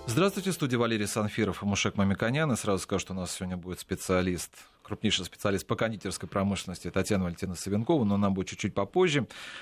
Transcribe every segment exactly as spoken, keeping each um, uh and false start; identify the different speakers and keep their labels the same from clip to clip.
Speaker 1: Здравствуйте, в студии Валерий Санфиров и Мушек Мамиканян. И сразу скажу, что у нас сегодня будет специалист, крупнейший специалист по кондитерской промышленности Татьяна Валентиновна Савенкова, но она будет чуть-чуть попозже.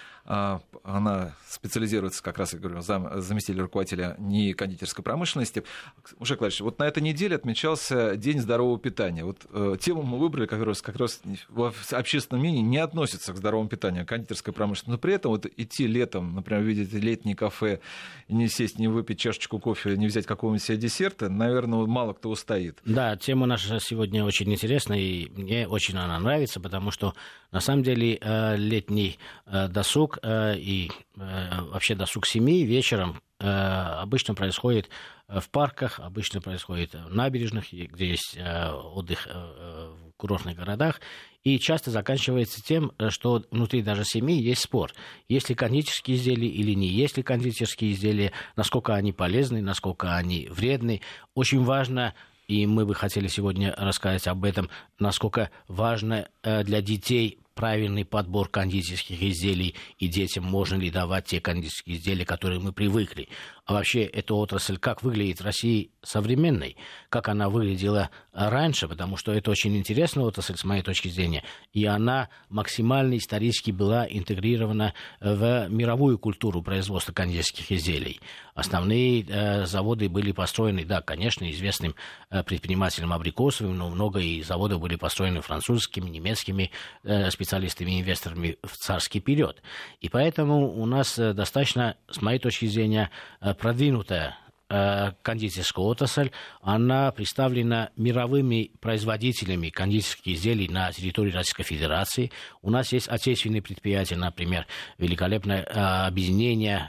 Speaker 1: Она специализируется, как раз я говорю, зам, заместитель руководителя НИИ кондитерской промышленности. Мушек Владимирович, вот на этой неделе отмечался День здорового питания. Вот э, тему мы выбрали, как раз, как раз в общественном мнении не относится к здоровому питанию, кондитерской промышленности. Но при этом вот идти летом, например, видеть летнее кафе, и не сесть, не выпить чашечку кофе, не взять какого-нибудь себе десерта, наверное, мало кто устоит.
Speaker 2: Да, тема наша сегодня очень интересная, и мне очень она нравится, потому что, на самом деле, летний досуг и вообще досуг семьи вечером обычно происходит в парках, обычно происходит в набережных, где есть отдых в курортных городах, и часто заканчивается тем, что внутри даже семьи есть спор. Есть ли кондитерские изделия или не есть ли кондитерские изделия, насколько они полезны, насколько они вредны. Очень важно, и мы бы хотели сегодня рассказать об этом, насколько важно для детей правильный подбор кондитерских изделий, и детям можно ли давать те кондитерские изделия, которые мы привыкли. А вообще эта отрасль, как выглядит в России современной, как она выглядела раньше, потому что это очень интересная отрасль, с моей точки зрения, и она максимально исторически была интегрирована в мировую культуру производства кондитерских изделий. Основные э, заводы были построены, да, конечно, известным э, предпринимателем Абрикосовым, но много и заводов были построены французскими, немецкими э, специалистами, инвесторами в царский период. И поэтому у нас э, достаточно, с моей точки зрения, э, продвинутая кондитерская отрасль, она представлена мировыми производителями кондитерских изделий на территории Российской Федерации. У нас есть отечественные предприятия, например, великолепное объединение,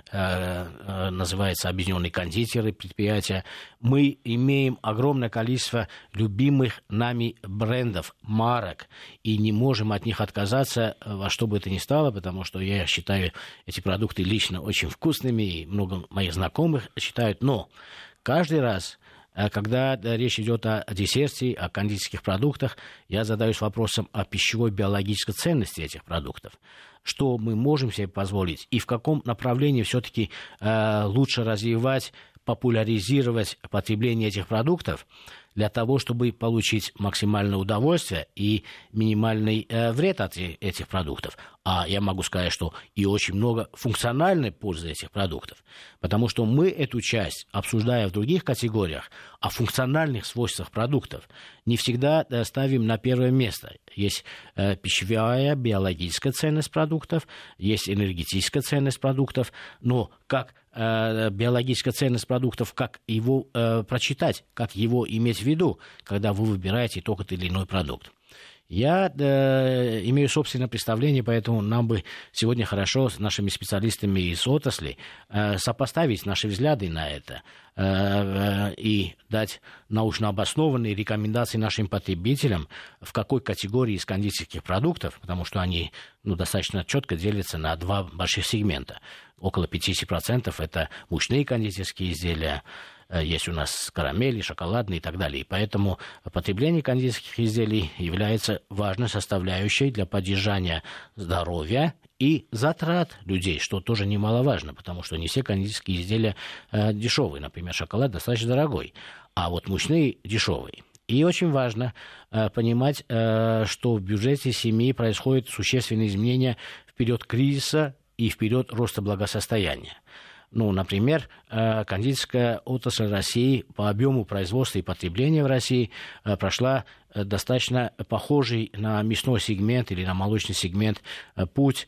Speaker 2: называется «Объединенные кондитеры» предприятия. Мы имеем огромное количество любимых нами брендов, марок, и не можем от них отказаться во что бы это ни стало, потому что я считаю эти продукты лично очень вкусными, и много моих знакомых считают, но каждый раз, когда речь идет о десерте, о кондитерских продуктах, я задаюсь вопросом о пищевой биологической ценности этих продуктов. Что мы можем себе позволить и в каком направлении все-таки э, лучше развивать, популяризировать потребление этих продуктов для того, чтобы получить максимальное удовольствие и минимальный э, вред от этих продуктов. А я могу сказать, что и очень много функциональной пользы этих продуктов. Потому что мы эту часть, обсуждая в других категориях, о функциональных свойствах продуктов, не всегда э, ставим на первое место. Есть э, пищевая, биологическая ценность продуктов, есть энергетическая ценность продуктов, но как э, биологическая ценность продуктов, как его э, прочитать, как его иметь в виду, когда вы выбираете тот или иной продукт. Я э, имею собственное представление, поэтому нам бы сегодня хорошо с нашими специалистами из отрасли э, сопоставить наши взгляды на это э, э, и дать научно обоснованные рекомендации нашим потребителям, в какой категории из кондитерских продуктов, потому что они ну, достаточно четко делятся на два больших сегмента. Около пятьдесят процентов это мучные кондитерские изделия, есть у нас карамели, шоколадные и так далее. И поэтому потребление кондитерских изделий является важной составляющей для поддержания здоровья и затрат людей, что тоже немаловажно, потому что не все кондитерские изделия э, дешевые. Например, шоколад достаточно дорогой, а вот мучные дешевые. И очень важно э, понимать, э, что в бюджете семьи происходят существенные изменения в период кризиса и в период роста благосостояния. Ну, например, кондитерская отрасль России по объему производства и потребления в России прошла достаточно похожий на мясной сегмент или на молочный сегмент путь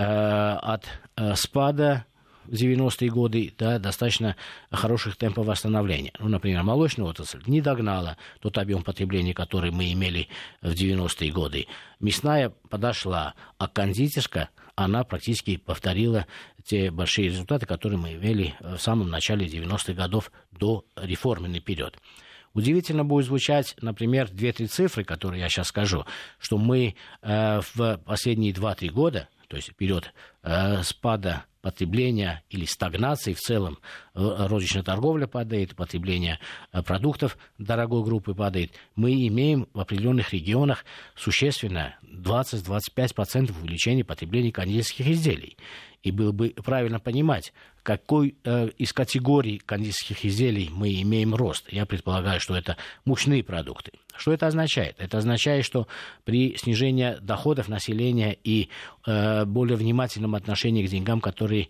Speaker 2: от спада в девяностые годы до достаточно хороших темпов восстановления. Ну, например, молочная отрасль не догнала тот объем потребления, который мы имели в девяностые годы. Мясная подошла, а кондитерская, она практически повторила те большие результаты, которые мы имели в самом начале девяностых годов до реформенный период. Удивительно будет звучать, например, две-три цифры, которые я сейчас скажу, что мы э, в последние два-три года, то есть период э, спада потребления или стагнации в целом, розничная торговля падает, потребление продуктов дорогой группы падает, мы имеем в определенных регионах существенное двадцать-двадцать пять процентов увеличения потребления кондитерских изделий. И было бы правильно понимать, какой э, из категорий кондитерских изделий мы имеем рост. Я предполагаю, что это мучные продукты. Что это означает? Это означает, что при снижении доходов населения и э, более внимательном отношении к деньгам, которые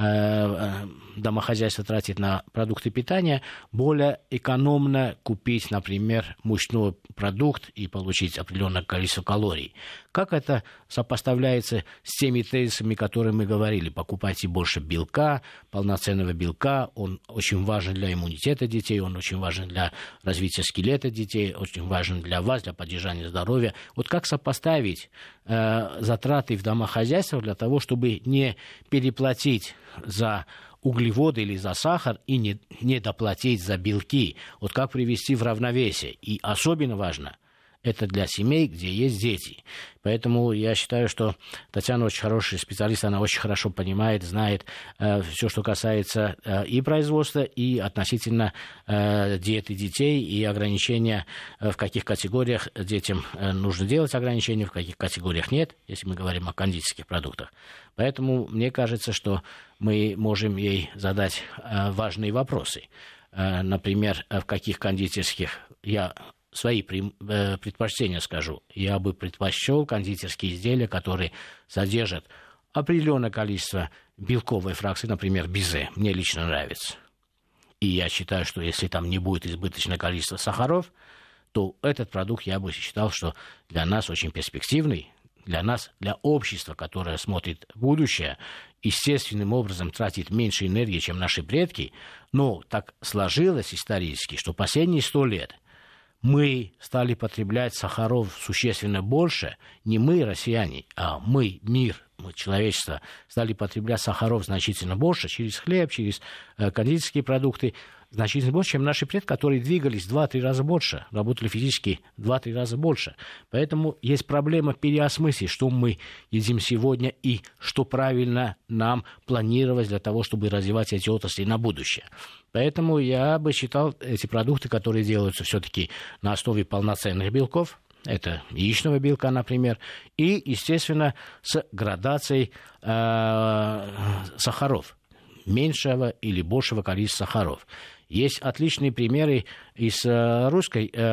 Speaker 2: э, домохозяйство тратит на продукты питания, более экономно купить, например, мучной продукт и получить определенное количество калорий. Как это сопоставляется с теми тезисами, которые мы говорили? Покупайте больше белка, полноценного белка. Он очень важен для иммунитета детей, он очень важен для развития скелета детей, очень важен для вас, для поддержания здоровья. Вот как сопоставить э, затраты в домохозяйствах для того, чтобы не переплатить за углеводы или за сахар и не, не доплатить за белки? Вот как привести в равновесие? И особенно важно – это для семей, где есть дети. Поэтому я считаю, что Татьяна очень хороший специалист, она очень хорошо понимает, знает э, все, что касается э, и производства, и относительно э, диеты детей, и ограничения, э, в каких категориях детям э, нужно делать ограничения, в каких категориях нет, если мы говорим о кондитерских продуктах. Поэтому мне кажется, что мы можем ей задать э, важные вопросы. Э, например, в каких кондитерских я... свои предпочтения скажу. Я бы предпочел кондитерские изделия, которые содержат определенное количество белковой фракции, например, безе. Мне лично нравится. И я считаю, что если там не будет избыточное количество сахаров, то этот продукт я бы считал, что для нас очень перспективный, для нас, для общества, которое смотрит в будущее, естественным образом тратит меньше энергии, чем наши предки. Но так сложилось исторически, что последние сто лет мы стали потреблять сахаров существенно больше, не мы, россияне, а мы, мир, мы, человечество, стали потреблять сахаров значительно больше через хлеб, через э, кондитерские продукты, значительно больше, чем наши предки, которые двигались в два-три раза больше, работали физически в два-три раза больше. Поэтому есть проблема переосмыслить, что мы едим сегодня и что правильно нам планировать для того, чтобы развивать эти отрасли на будущее. Поэтому я бы считал эти продукты, которые делаются все-таки на основе полноценных белков, это яичного белка, например, и, естественно, с градацией э, сахаров, меньшего или большего количества сахаров. Есть отличные примеры из э, русской э,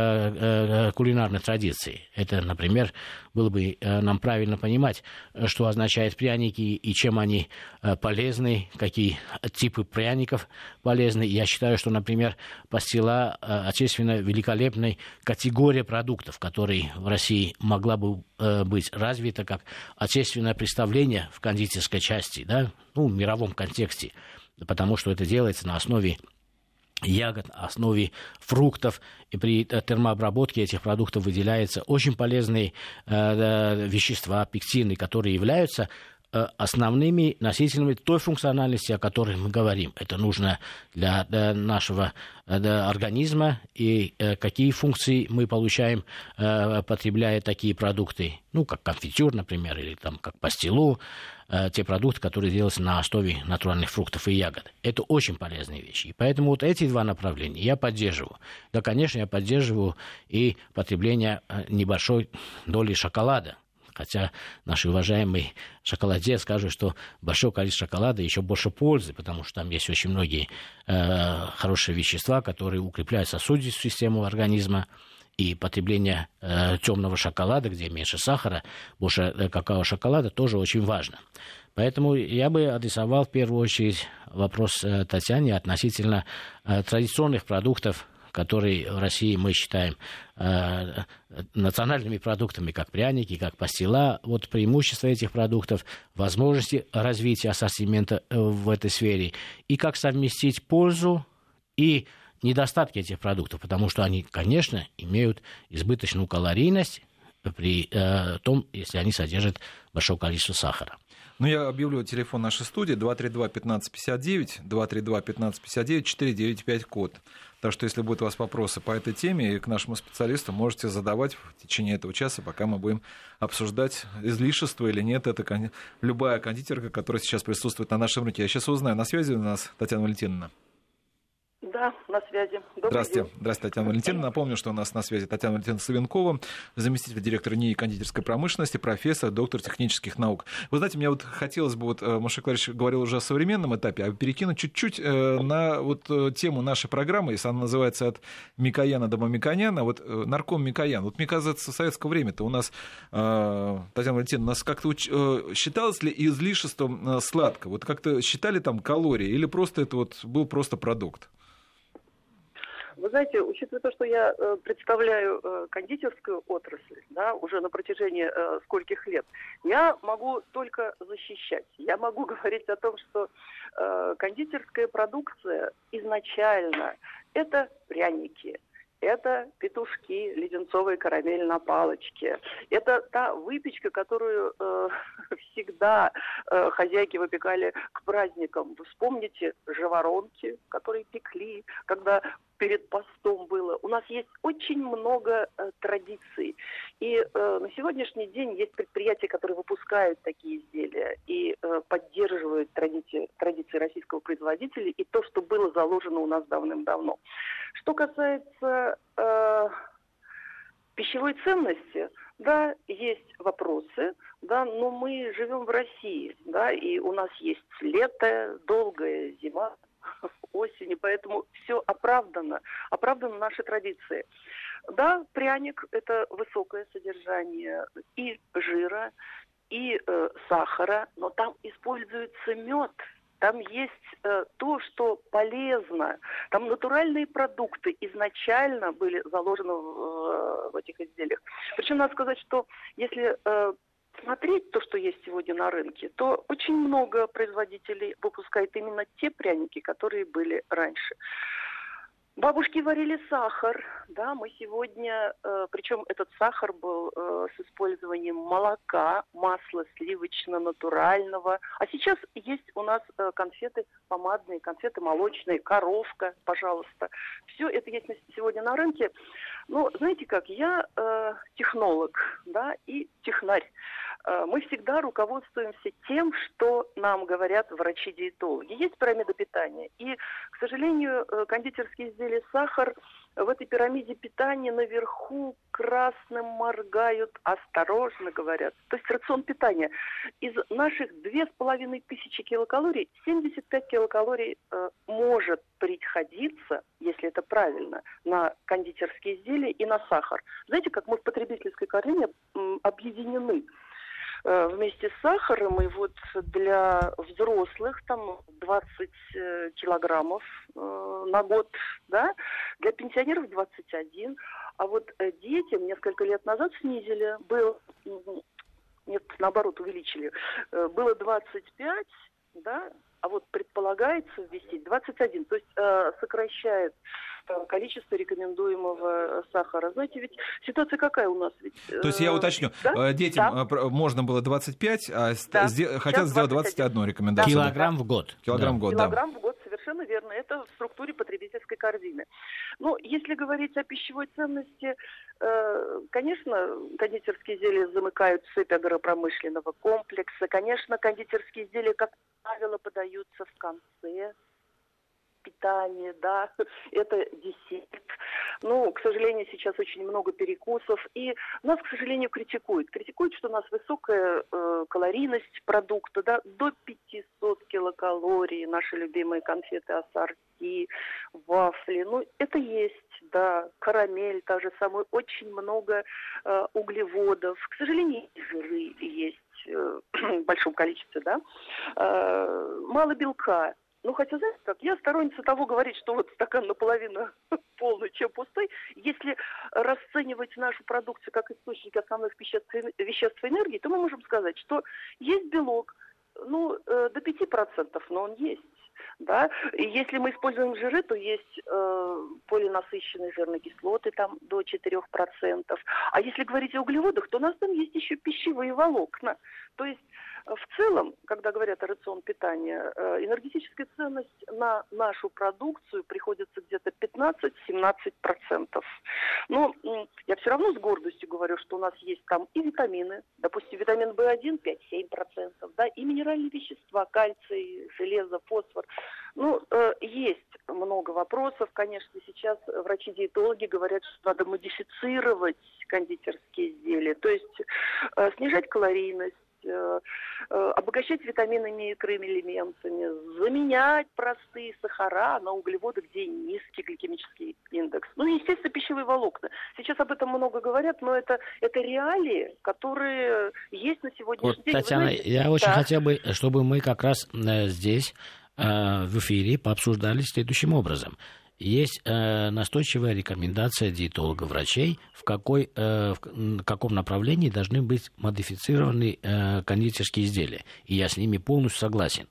Speaker 2: э, кулинарной традиции. Это, например, было бы э, нам правильно понимать, что означают пряники и чем они э, полезны, какие типы пряников полезны. Я считаю, что, например, пастила э, отечественно великолепной категория продуктов, которые в России могла бы э, быть развита как отечественное представление в кондитерской части, да, ну, в мировом контексте, потому что это делается на основе ягод, основе фруктов, и при термообработке этих продуктов выделяются очень полезные э, вещества, пектины, которые являются э, основными носителями той функциональности, о которой мы говорим. Это нужно для, для нашего для организма, и э, какие функции мы получаем, э, потребляя такие продукты, ну, как конфитюр, например, или там, как пастилу, те продукты, которые делаются на основе натуральных фруктов и ягод. Это очень полезные вещи. И поэтому вот эти два направления я поддерживаю. Да, конечно, я поддерживаю и потребление небольшой доли шоколада. Хотя наши уважаемые шоколадье скажут, что большое количество шоколада еще больше пользы, потому что там есть очень многие э, хорошие вещества, которые укрепляют сосудистую систему организма. И потребление э, темного шоколада, где меньше сахара, больше э, какао-шоколада, тоже очень важно. Поэтому я бы адресовал в первую очередь вопрос э, Татьяне относительно э, традиционных продуктов, которые в России мы считаем э, национальными продуктами, как пряники, как пастила. Вот преимущества этих продуктов, возможности развития ассортимента э, в этой сфере, и как совместить пользу и недостатки этих продуктов, потому что они, конечно, имеют избыточную калорийность при э, том, если они содержат большое количество сахара.
Speaker 1: Ну, я объявлю телефон нашей студии два три два пятнадцать пятьдесят девять, два три два пятнадцать пятьдесят девять, четыре девять пять код. Так что, если будут у вас вопросы по этой теме и к нашему специалисту, можете задавать в течение этого часа, пока мы будем обсуждать, излишество или нет. Это кон... любая кондитерка, которая сейчас присутствует на нашем рынке. Я сейчас узнаю, на связи у нас Татьяна Валентиновна.
Speaker 3: Да, Да, на связи. Добрый
Speaker 1: Здравствуйте.
Speaker 3: день.
Speaker 1: Здравствуйте, Татьяна Валентиновна. Напомню, что у нас на связи Татьяна Валентиновна Савенкова, заместитель директора НИИ кондитерской промышленности, профессор, доктор технических наук. Вы знаете, мне вот хотелось бы, вот Мушек Валерьевич говорил уже о современном этапе, а перекинуть чуть-чуть на вот тему нашей программы, если она называется «От Микояна до Мамиконяна», вот нарком Микоян. Вот мне кажется, в советское время-то у нас, Татьяна Валентиновна, у нас как-то считалось ли излишеством сладко? Вот как-то считали там калории или просто это вот был просто продукт?
Speaker 3: Вы знаете, учитывая то, что я э, представляю э, кондитерскую отрасль, да, уже на протяжении э, скольких лет, я могу только защищать. Я могу говорить о том, что э, кондитерская продукция изначально это пряники. Это петушки, леденцовая карамель на палочке. Это та выпечка, которую э, всегда э, хозяйки выпекали к праздникам. Вы вспомните жаворонки, которые пекли, когда перед постом было. У нас есть очень много э, традиций. И э, на сегодняшний день есть предприятия, которые выпускают такие изделия и э, поддерживают традиции, традиции российского производителя и то, что было заложено у нас давным-давно. Что касается э, пищевой ценности, да, есть вопросы, да, но мы живем в России, да, и у нас есть лето, долгая зима, осень, поэтому все оправдано, оправданы наши традиции. Да, пряник – это высокое содержание и жира, и э, сахара, но там используется мед. Там есть э, то, что полезно. Там натуральные продукты изначально были заложены в, э, в этих изделиях. Причем надо сказать, что если э, смотреть то, что есть сегодня на рынке, то очень много производителей выпускает именно те пряники, которые были раньше. Бабушки варили сахар, да, мы сегодня, э, причем этот сахар был э, с использованием молока, масла сливочно-натурального, а сейчас есть у нас э, конфеты помадные, конфеты молочные, коровка, пожалуйста. Все это есть сегодня на рынке. Но знаете как, я э, технолог, да, и технарь. Э, мы всегда руководствуемся тем, что нам говорят врачи-диетологи. Есть пирамида питания, и, к сожалению, э, кондитерские изделия, сахар в этой пирамиде питания наверху красным моргают, осторожно говорят. То есть рацион питания. Из наших две с половиной тысячи килокалорий семьдесят пять килокалорий э, может приходиться, если это правильно, на кондитерские изделия и на сахар. Знаете, как мы в потребительской корзине м, объединены э, вместе с сахаром, и вот для взрослых там двадцать э, килограммов э, на год, да, для пенсионеров двадцать один, а вот э, детям несколько лет назад снизили, был, нет, наоборот, увеличили, э, было двадцать пять, да, а вот предполагается ввести двадцать один, то есть э, сокращает э, количество рекомендуемого сахара. Знаете, ведь ситуация какая у нас? Ведь, э,
Speaker 1: то есть я уточню,
Speaker 3: да?
Speaker 1: детям
Speaker 3: да.
Speaker 1: можно было двадцать пять, а
Speaker 3: да.
Speaker 1: сде- хотят сделать двадцать один рекомендацию.
Speaker 2: Килограмм в год.
Speaker 1: Килограмм
Speaker 2: да.
Speaker 1: в год,
Speaker 3: Килограмм
Speaker 1: да.
Speaker 3: в год, совершенно верно. Это в структуре потребительской корзины. Но если говорить о пищевой ценности, э, конечно, кондитерские изделия замыкают цепь агропромышленного комплекса. Конечно, кондитерские изделия, как правило, подаются в конце питания, да, это десерт. Ну, к сожалению, сейчас очень много перекусов, и нас, к сожалению, критикуют. Критикуют, что у нас высокая э, калорийность продукта, да, до пятьсот килокалорий, наши любимые конфеты ассорти, вафли, ну, это есть, да, карамель, та же самая, очень много э, углеводов. К сожалению, жиры есть э, в большом количестве, да, э, мало белка. Ну, хотя, знаете как, я сторонница того говорить, что вот стакан наполовину полный, чем пустой. Если расценивать нашу продукцию как источник основных веществ, веществ энергии, то мы можем сказать, что есть белок, ну, э, до пяти процентов, но он есть. Да? И если мы используем жиры, то есть э, полинасыщенные жирные кислоты там до четырех процентов. А если говорить о углеводах, то у нас там есть еще пищевые волокна. То есть В целом, когда говорят о рационе питания, энергетическая ценность на нашу продукцию приходится где-то пятнадцать-семнадцать процентов. Но я все равно с гордостью говорю, что у нас есть там и витамины, допустим, витамин вэ один пять-семь процентов, да, и минеральные вещества, кальций, железо, фосфор. Ну, э, есть много вопросов, конечно, сейчас врачи-диетологи говорят, что надо модифицировать кондитерские изделия, то есть э, снижать калорийность, обогащать витаминами и микроэлементами, заменять простые сахара на углеводы, где низкий гликемический индекс. Ну и, естественно, пищевые волокна. Сейчас об этом много говорят, но это, это реалии, которые есть на сегодняшний
Speaker 2: вот,
Speaker 3: день.
Speaker 2: Татьяна,
Speaker 3: знаете,
Speaker 2: я очень
Speaker 3: да.
Speaker 2: хотел бы, чтобы мы как раз здесь, в эфире, пообсуждали следующим образом. Есть э, настойчивая рекомендация диетологов-врачей, в, какой, э, в каком направлении должны быть модифицированы э, кондитерские изделия. И я с ними полностью согласен.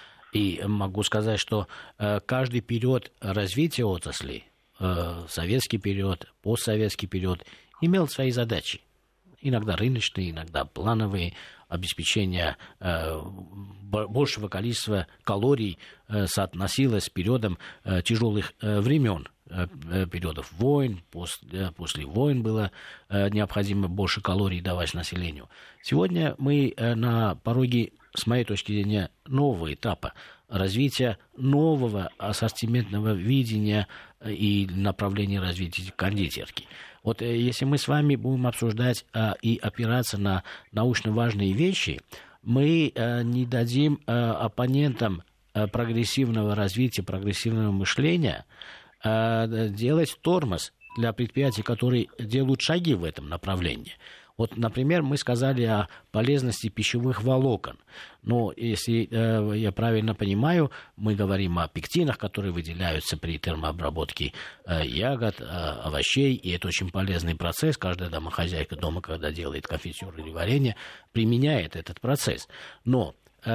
Speaker 2: И могу сказать, что э, каждый период развития отрасли, э, советский период, постсоветский период, имел свои задачи. Иногда рыночные, иногда плановые, обеспечение э, большего количества калорий э, соотносилось с периодом э, тяжелых э, времен, э, периодов войн, после, после войн было э, необходимо больше калорий давать населению. Сегодня мы э, на пороге, с моей точки зрения, нового этапа развития нового ассортиментного видения и направления развития кондитерки. Вот если мы с вами будем обсуждать а, и опираться на научно важные вещи, мы а, не дадим а, оппонентам а, прогрессивного развития, прогрессивного мышления а, делать тормоз для предприятий, которые делают шаги в этом направлении. Вот, например, мы сказали о полезности пищевых волокон. Но если э, я правильно понимаю, мы говорим о пектинах, которые выделяются при термообработке э, ягод, э, овощей. И это очень полезный процесс. Каждая домохозяйка дома, когда делает конфитюр или варенье, применяет этот процесс. Но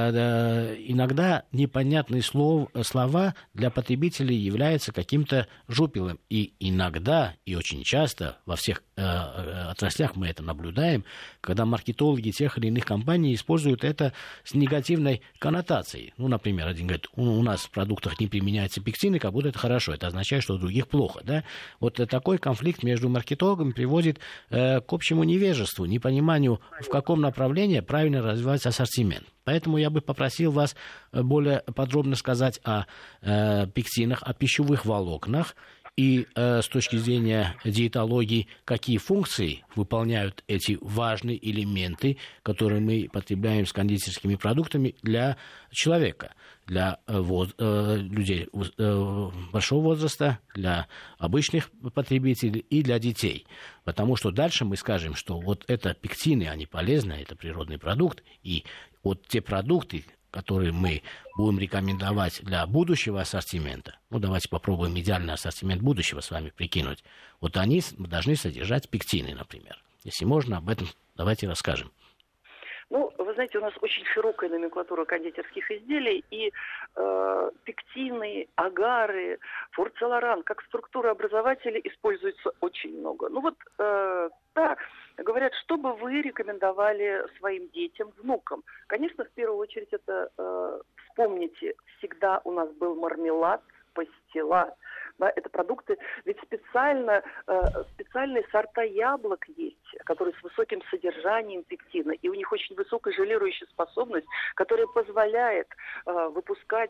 Speaker 2: иногда непонятные слов, слова для потребителей являются каким-то жупелом. И иногда, и очень часто, во всех э, отраслях мы это наблюдаем, когда маркетологи тех или иных компаний используют это с негативной коннотацией. Ну, например, один говорит, у, у нас в продуктах не применяются пектины, как будто это хорошо. Это означает, что у других плохо. Да? Вот такой конфликт между маркетологами приводит э, к общему невежеству, непониманию, в каком направлении правильно развивать ассортимент. Поэтому я бы попросил вас более подробно сказать о э, пектинах, о пищевых волокнах и э, с точки зрения диетологии, какие функции выполняют эти важные элементы, которые мы потребляем с кондитерскими продуктами для человека, для э, воз, э, людей э, большого возраста, для обычных потребителей и для детей. Потому что дальше мы скажем, что вот это пектины, они полезны, это природный продукт, и вот те продукты, которые мы будем рекомендовать для будущего ассортимента, ну, давайте попробуем идеальный ассортимент будущего с вами прикинуть, вот они должны содержать пектины, например. Если можно, об этом давайте расскажем.
Speaker 3: Ну, вы знаете, у нас очень широкая номенклатура кондитерских изделий, и э, пектины, агары, фурцеларан, как структурообразователи используются очень много. Ну вот, э, да, говорят, что бы вы рекомендовали своим детям, внукам? Конечно, в первую очередь это, э, вспомните, всегда у нас был мармелад, пастила. Да, это продукты, ведь специально, э, специальные сорта яблок есть, которые с высоким содержанием пектина, и у них очень высокая желирующая способность, которая позволяет э, выпускать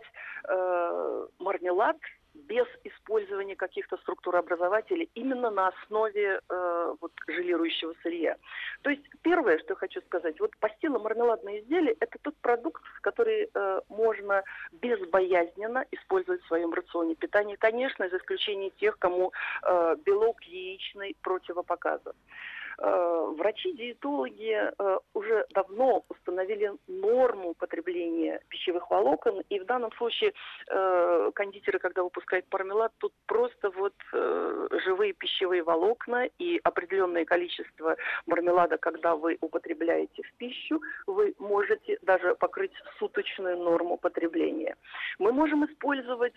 Speaker 3: э, мармелад без использования каких-то структурообразователей именно на основе э, вот, желирующего сырья. То есть первое, что я хочу сказать, вот пастило-мармеладные изделия – это тот продукт, который э, можно безбоязненно использовать в своем рационе питания, конечно, за исключением тех, кому э, белок яичный противопоказан. Врачи-диетологи уже давно установили норму потребления пищевых волокон, и в данном случае кондитеры, когда выпускают мармелад, тут просто вот живые пищевые волокна и определенное количество мармелада, когда вы употребляете в пищу, вы можете даже покрыть суточную норму потребления. Мы можем использовать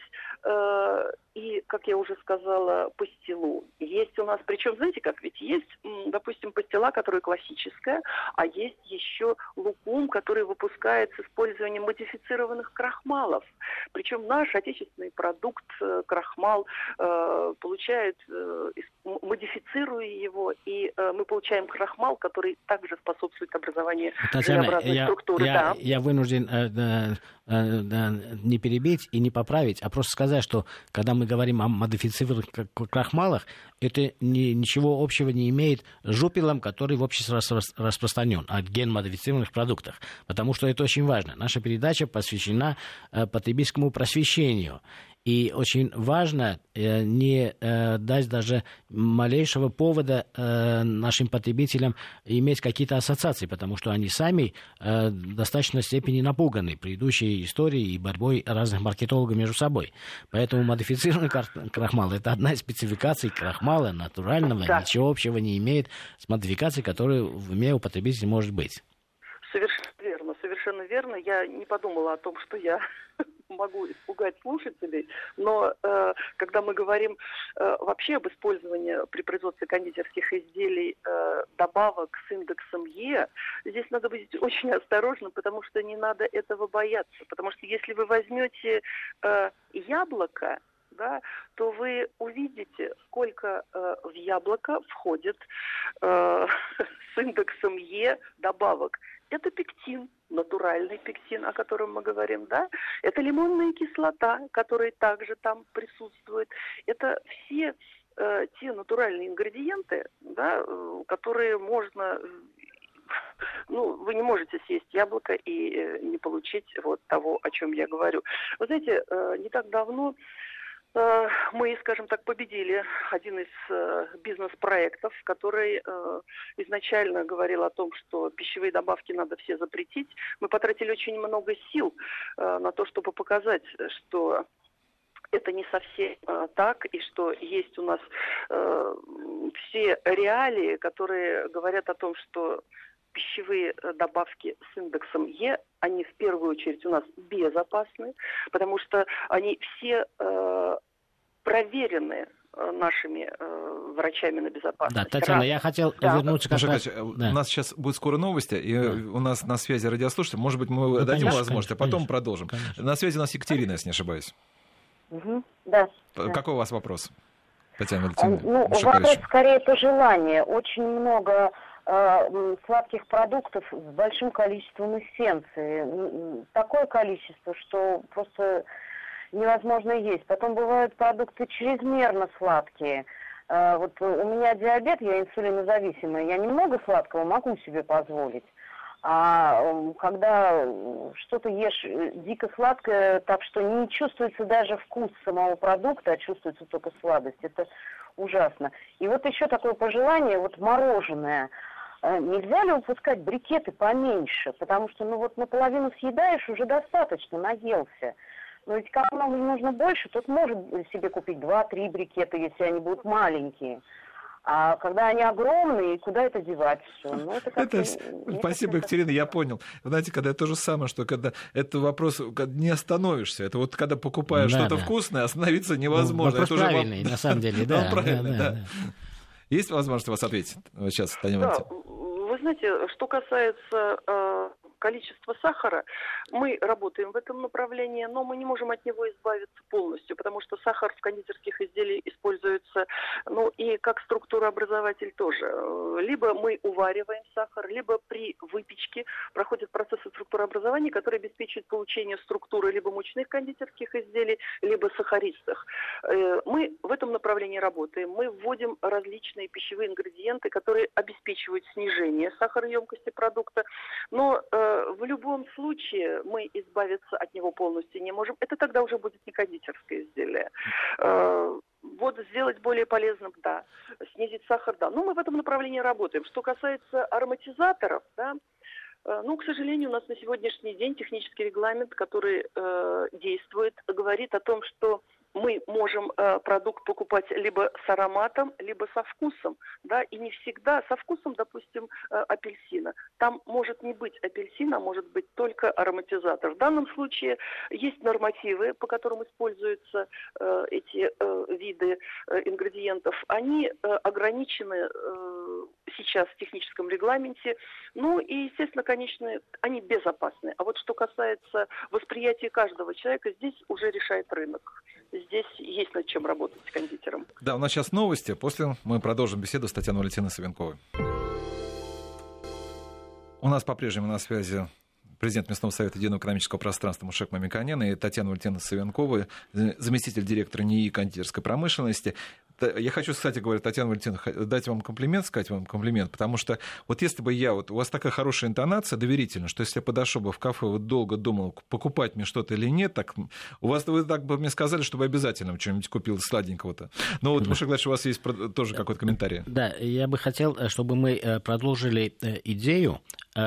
Speaker 3: и, как я уже сказала, пастилу. Есть у нас, причем, знаете как, ведь есть, допустим, допустим, пастила, которая классическая, а есть еще лукум, который выпускает с использованием модифицированных крахмалов. Причем наш отечественный продукт, крахмал, получает, модифицируя его, и мы получаем крахмал, который также способствует образованию желеобразной структуры.
Speaker 2: Я,
Speaker 3: да.
Speaker 2: я вынужден э, э, э, не перебить и не поправить, а просто сказать, что когда мы говорим о модифицированных крахмалах, это ни, ничего общего не имеет с жупелом, который в обществе распространен, о генмодифицированных продуктах. Потому что это очень важно. Наша передача посвящена э, потребительскому просвещению. И очень важно э, не э, дать даже малейшего повода э, нашим потребителям иметь какие-то ассоциации, потому что они сами э, в достаточной степени напуганы предыдущей историей и борьбой разных маркетологов между собой. Поэтому модифицированный крахмал — это одна из спецификаций крахмала натурального, да. Ничего общего не имеет с модификацией, которая в уме у потребителя может быть.
Speaker 3: Совершенно верно, совершенно верно. Я не подумала о том, что я могу испугать слушателей, но э, когда мы говорим э, вообще об использовании при производстве кондитерских изделий э, добавок с индексом Е, здесь надо быть очень осторожным, потому что не надо этого бояться. Потому что если вы возьмете э, яблоко, да, то вы увидите, сколько э, в яблоко входит э, с индексом Е добавок. Это пектин, натуральный пектин, о котором мы говорим, да. Это лимонная кислота, которая также там присутствует. Это все э, те натуральные ингредиенты, да, которые можно... Ну, вы не можете съесть яблоко и э, не получить вот того, о чем я говорю. Вы знаете, э, не так давно мы, скажем так, победили один из э, бизнес-проектов, который э, изначально говорил о том, что пищевые добавки надо все запретить. Мы потратили очень много сил э, на то, чтобы показать, что это не совсем э, так, и что есть у нас э, все реалии, которые говорят о том, что пищевые добавки с индексом Е, они в первую очередь у нас безопасны, потому что они все э, проверены э, нашими э, врачами на безопасность.
Speaker 2: Да, Татьяна, Раз. я хотел да. вернуться как раз...
Speaker 1: Да. У нас сейчас будет скоро новости, и да. у нас на связи радиослушатель. Может быть, мы ну, дадим конечно, возможность, конечно, а потом конечно, продолжим. Конечно. На связи у нас Екатерина, если не ошибаюсь.
Speaker 4: Угу. Да.
Speaker 1: Какой у вас вопрос, Татьяна Валентиновна?
Speaker 4: Ну, вопрос скорее пожелания. Очень много сладких продуктов с большим количеством эссенции. Такое количество, что просто невозможно есть. Потом бывают продукты чрезмерно сладкие. Вот у меня диабет, я инсулинозависимая, я немного сладкого могу себе позволить. А когда что-то ешь дико сладкое, так что не чувствуется даже вкус самого продукта, а чувствуется только сладость, это ужасно. И вот еще такое пожелание, вот мороженое. Нельзя ли выпускать брикеты поменьше? Потому что, ну вот наполовину съедаешь, уже достаточно, наелся. Но ведь кому нужно больше, тот может себе купить два-три брикета, если они будут маленькие. А когда они огромные, куда это девать все? Ну, это
Speaker 1: это, спасибо, Екатерина, я понял. Вы знаете, когда то же самое, что когда это вопрос, когда не остановишься. Это вот когда покупаешь да, что-то да. вкусное, остановиться невозможно.
Speaker 2: Ну,
Speaker 1: это
Speaker 2: правильный,
Speaker 1: уже...
Speaker 2: на самом деле, да.
Speaker 1: Правильный, да. Есть возможность вас ответить сейчас, Таня Валентиновна?
Speaker 3: Да, вы знаете, что касается э, количества сахара, мы работаем в этом направлении, но мы не можем от него избавиться полностью, потому что сахар в кондитерских изделиях используется, ну, и как структурообразователь тоже. Либо мы увариваем сахар, либо при выпечке проходят процессы структурообразования, которые обеспечивают получение структуры либо мучных кондитерских изделий, либо сахаристых. Мы в этом направлении работаем. Мы вводим различные пищевые ингредиенты, которые обеспечивают снижение сахароемкости продукта, но э, в любом случае мы избавиться от него полностью не можем. Это тогда уже будет не кондитерское изделие. Э, вот сделать более полезным, да. Снизить сахар, да. Но мы в этом направлении работаем. Что касается ароматизаторов, да, э, ну, к сожалению, у нас на сегодняшний день технический регламент, который э, действует, говорит о том, что мы можем э, продукт покупать либо с ароматом, либо со вкусом, да, и не всегда со вкусом, допустим, э, апельсина. Там может не быть апельсина, а может быть только ароматизатор. В данном случае есть нормативы, по которым используются э, эти э, виды э, ингредиентов. Они э, ограничены э, сейчас в техническом регламенте. Ну и, естественно, конечно, они безопасны. А вот что касается восприятия каждого человека, здесь уже решает рынок. Здесь есть над чем работать с кондитером.
Speaker 1: Да, у нас сейчас новости. После мы продолжим беседу с Татьяной Валентиновной Савенковой. У нас по-прежнему на связи президент Местного совета единого экономического пространства Мушек Мамиканян и Татьяна Валентиновна Савенкова, заместитель директора НИИ кондитерской промышленности. Я хочу, кстати говоря, Татьяна Валентиновна, дать вам комплимент, сказать вам комплимент, потому что вот если бы я, вот у вас такая хорошая интонация, доверительная, что если я подошел бы в кафе, вот долго думал, покупать мне что-то или нет, так у вас вы так бы мне сказали, что вы обязательно что-нибудь купил сладенького-то. Но вот, Мушек, дальше у вас есть тоже какой-то комментарий.
Speaker 2: Да, я бы хотел, чтобы мы продолжили идею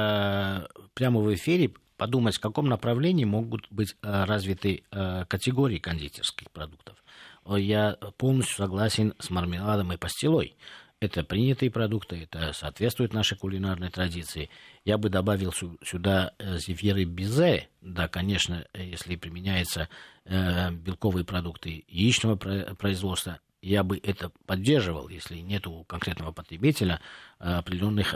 Speaker 2: прямо в эфире, подумать, в каком направлении могут быть развиты категории кондитерских продуктов. Я полностью согласен с мармеладом и пастилой. Это принятые продукты, это соответствует нашей кулинарной традиции. Я бы добавил сюда зефиры безе. Да, конечно, если применяются белковые продукты яичного производства, я бы это поддерживал, если нет у конкретного потребителя определенных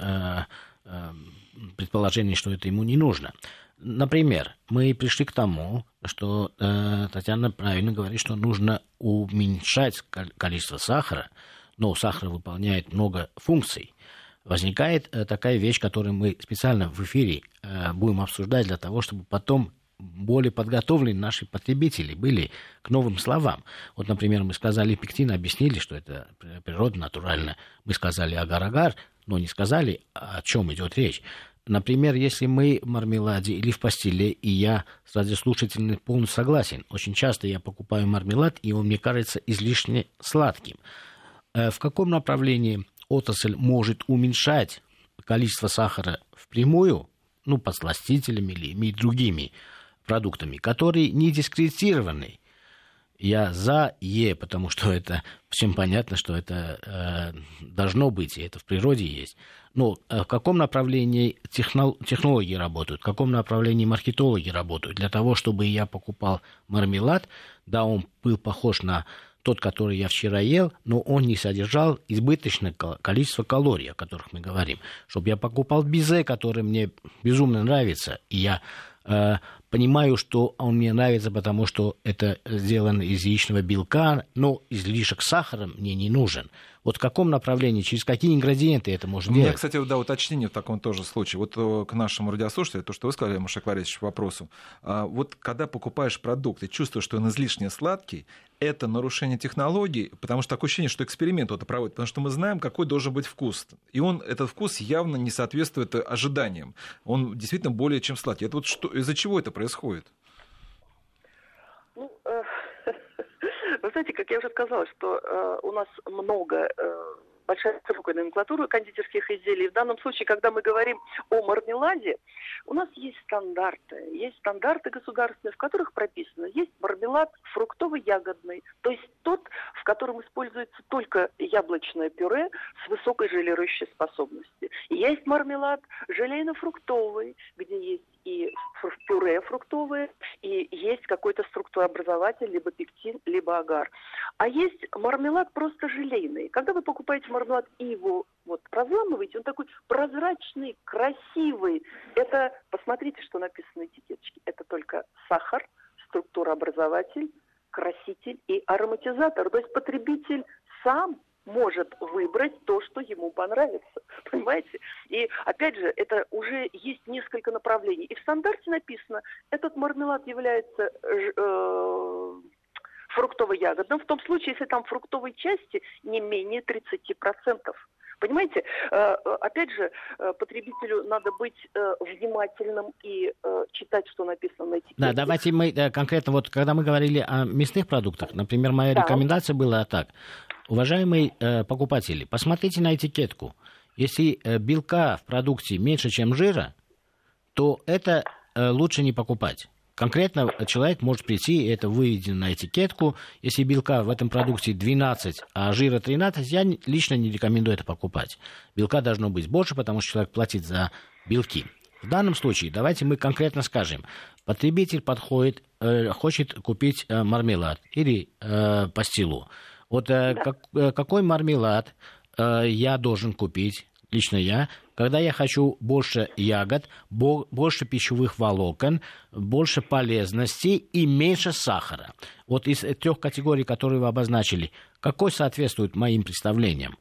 Speaker 2: предположений, что это ему не нужно. Например, мы пришли к тому, что э, Татьяна правильно говорит, что нужно уменьшать количество сахара, но сахар выполняет много функций. Возникает э, такая вещь, которую мы специально в эфире э, будем обсуждать для того, чтобы потом более подготовлены наши потребители были к новым словам. Вот, например, мы сказали пектин, объяснили, что это природа, натурально. Мы сказали агар-агар, но не сказали, о чем идет речь. Например, если мы в мармеладе или в пастиле, и я с радиослушателями полностью согласен, очень часто я покупаю мармелад, и он мне кажется излишне сладким. В каком направлении отрасль может уменьшать количество сахара впрямую, ну, подсластителями или другими продуктами, которые не дискредитированы? Я за Е, потому что это всем понятно, что это э, должно быть, и это в природе есть. Но э, в каком направлении техно, технологии работают, в каком направлении маркетологи работают? Для того, чтобы я покупал мармелад, да, он был похож на тот, который я вчера ел, но он не содержал избыточное количество калорий, о которых мы говорим. Чтобы я покупал безе, который мне безумно нравится, и я э, понимаю, что он мне нравится, потому что это сделано из яичного белка, но излишек сахара мне не нужен. Вот в каком направлении, через какие ингредиенты это можно
Speaker 1: У
Speaker 2: делать?
Speaker 1: меня, кстати, да, уточнение в таком тоже случае. Вот к нашему радиослушателю, то, что вы сказали, Мушек Борисович, к вопросу. Вот когда покупаешь продукт и чувствуешь, что он излишне сладкий, это нарушение технологий, потому что такое ощущение, что эксперимент кто-то проводит, потому что мы знаем, какой должен быть вкус. И он, этот вкус явно не соответствует ожиданиям. Он действительно более чем сладкий. Это вот что, из-за чего это происходит?
Speaker 3: Ну, э, вы знаете, как я уже сказала, что э, у нас много, э, большая широкая номенклатура кондитерских изделий. В данном случае, когда мы говорим о мармеладе, у нас есть стандарты. Есть стандарты государственные, в которых прописано, есть мармелад фруктово-ягодный, то есть тот, в котором используется только яблочное пюре с высокой желирующей способностью. И есть мармелад желейно-фруктовый, где есть и пюре фруктовое, и есть какой-то структурообразователь, либо пектин, либо агар. А есть мармелад просто желейный. Когда вы покупаете мармелад и его вот разламываете, он такой прозрачный, красивый. Это, посмотрите, что написано на этикеточке. Это только сахар, структурообразователь, краситель и ароматизатор. То есть потребитель сам может выбрать то, что ему понравится. Понимаете? И, опять же, это уже есть несколько направлений. И в стандарте написано, этот мармелад является э, фруктово-ягодным, в том случае, если там фруктовой части не менее тридцать процентов. Понимаете, опять же, потребителю надо быть внимательным и читать, что написано на этикетке.
Speaker 2: Да, давайте мы конкретно, вот когда мы говорили о мясных продуктах, например, моя да. рекомендация была так. Уважаемые покупатели, посмотрите на этикетку. Если белка в продукте меньше, чем жира, то это лучше не покупать. Конкретно человек может прийти, и это выведено на этикетку. Если белка в этом продукте двенадцать, а жира тринадцать, я лично не рекомендую это покупать. Белка должно быть больше, потому что человек платит за белки. В данном случае давайте мы конкретно скажем. Потребитель подходит, э, хочет купить э, мармелад или э, пастилу. Вот э, да. как, э, какой мармелад э, я должен купить лично я, когда я хочу больше ягод, больше пищевых волокон, больше полезностей и меньше сахара. Вот из трех категорий, которые вы обозначили, какой соответствует моим представлениям?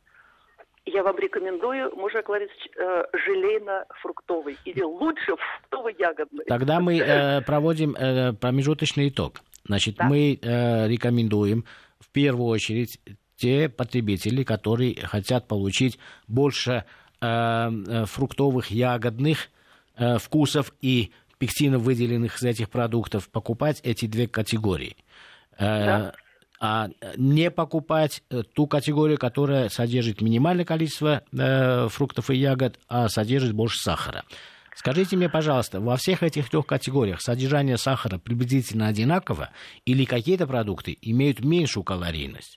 Speaker 3: Я вам рекомендую, Мушек Ларисович, желейно-фруктовый или лучше фруктово-ягодный.
Speaker 2: Тогда мы э, проводим э, промежуточный итог. Значит, да. мы э, рекомендуем в первую очередь те потребители, которые хотят получить больше э, фруктовых, ягодных э, вкусов и пектинов, выделенных из этих продуктов, покупать эти две категории. Э, да. А не покупать ту категорию, которая содержит минимальное количество э, фруктов и ягод, а содержит больше сахара. Скажите мне, пожалуйста, во всех этих трех категориях содержание сахара приблизительно одинаково или какие-то продукты имеют меньшую калорийность?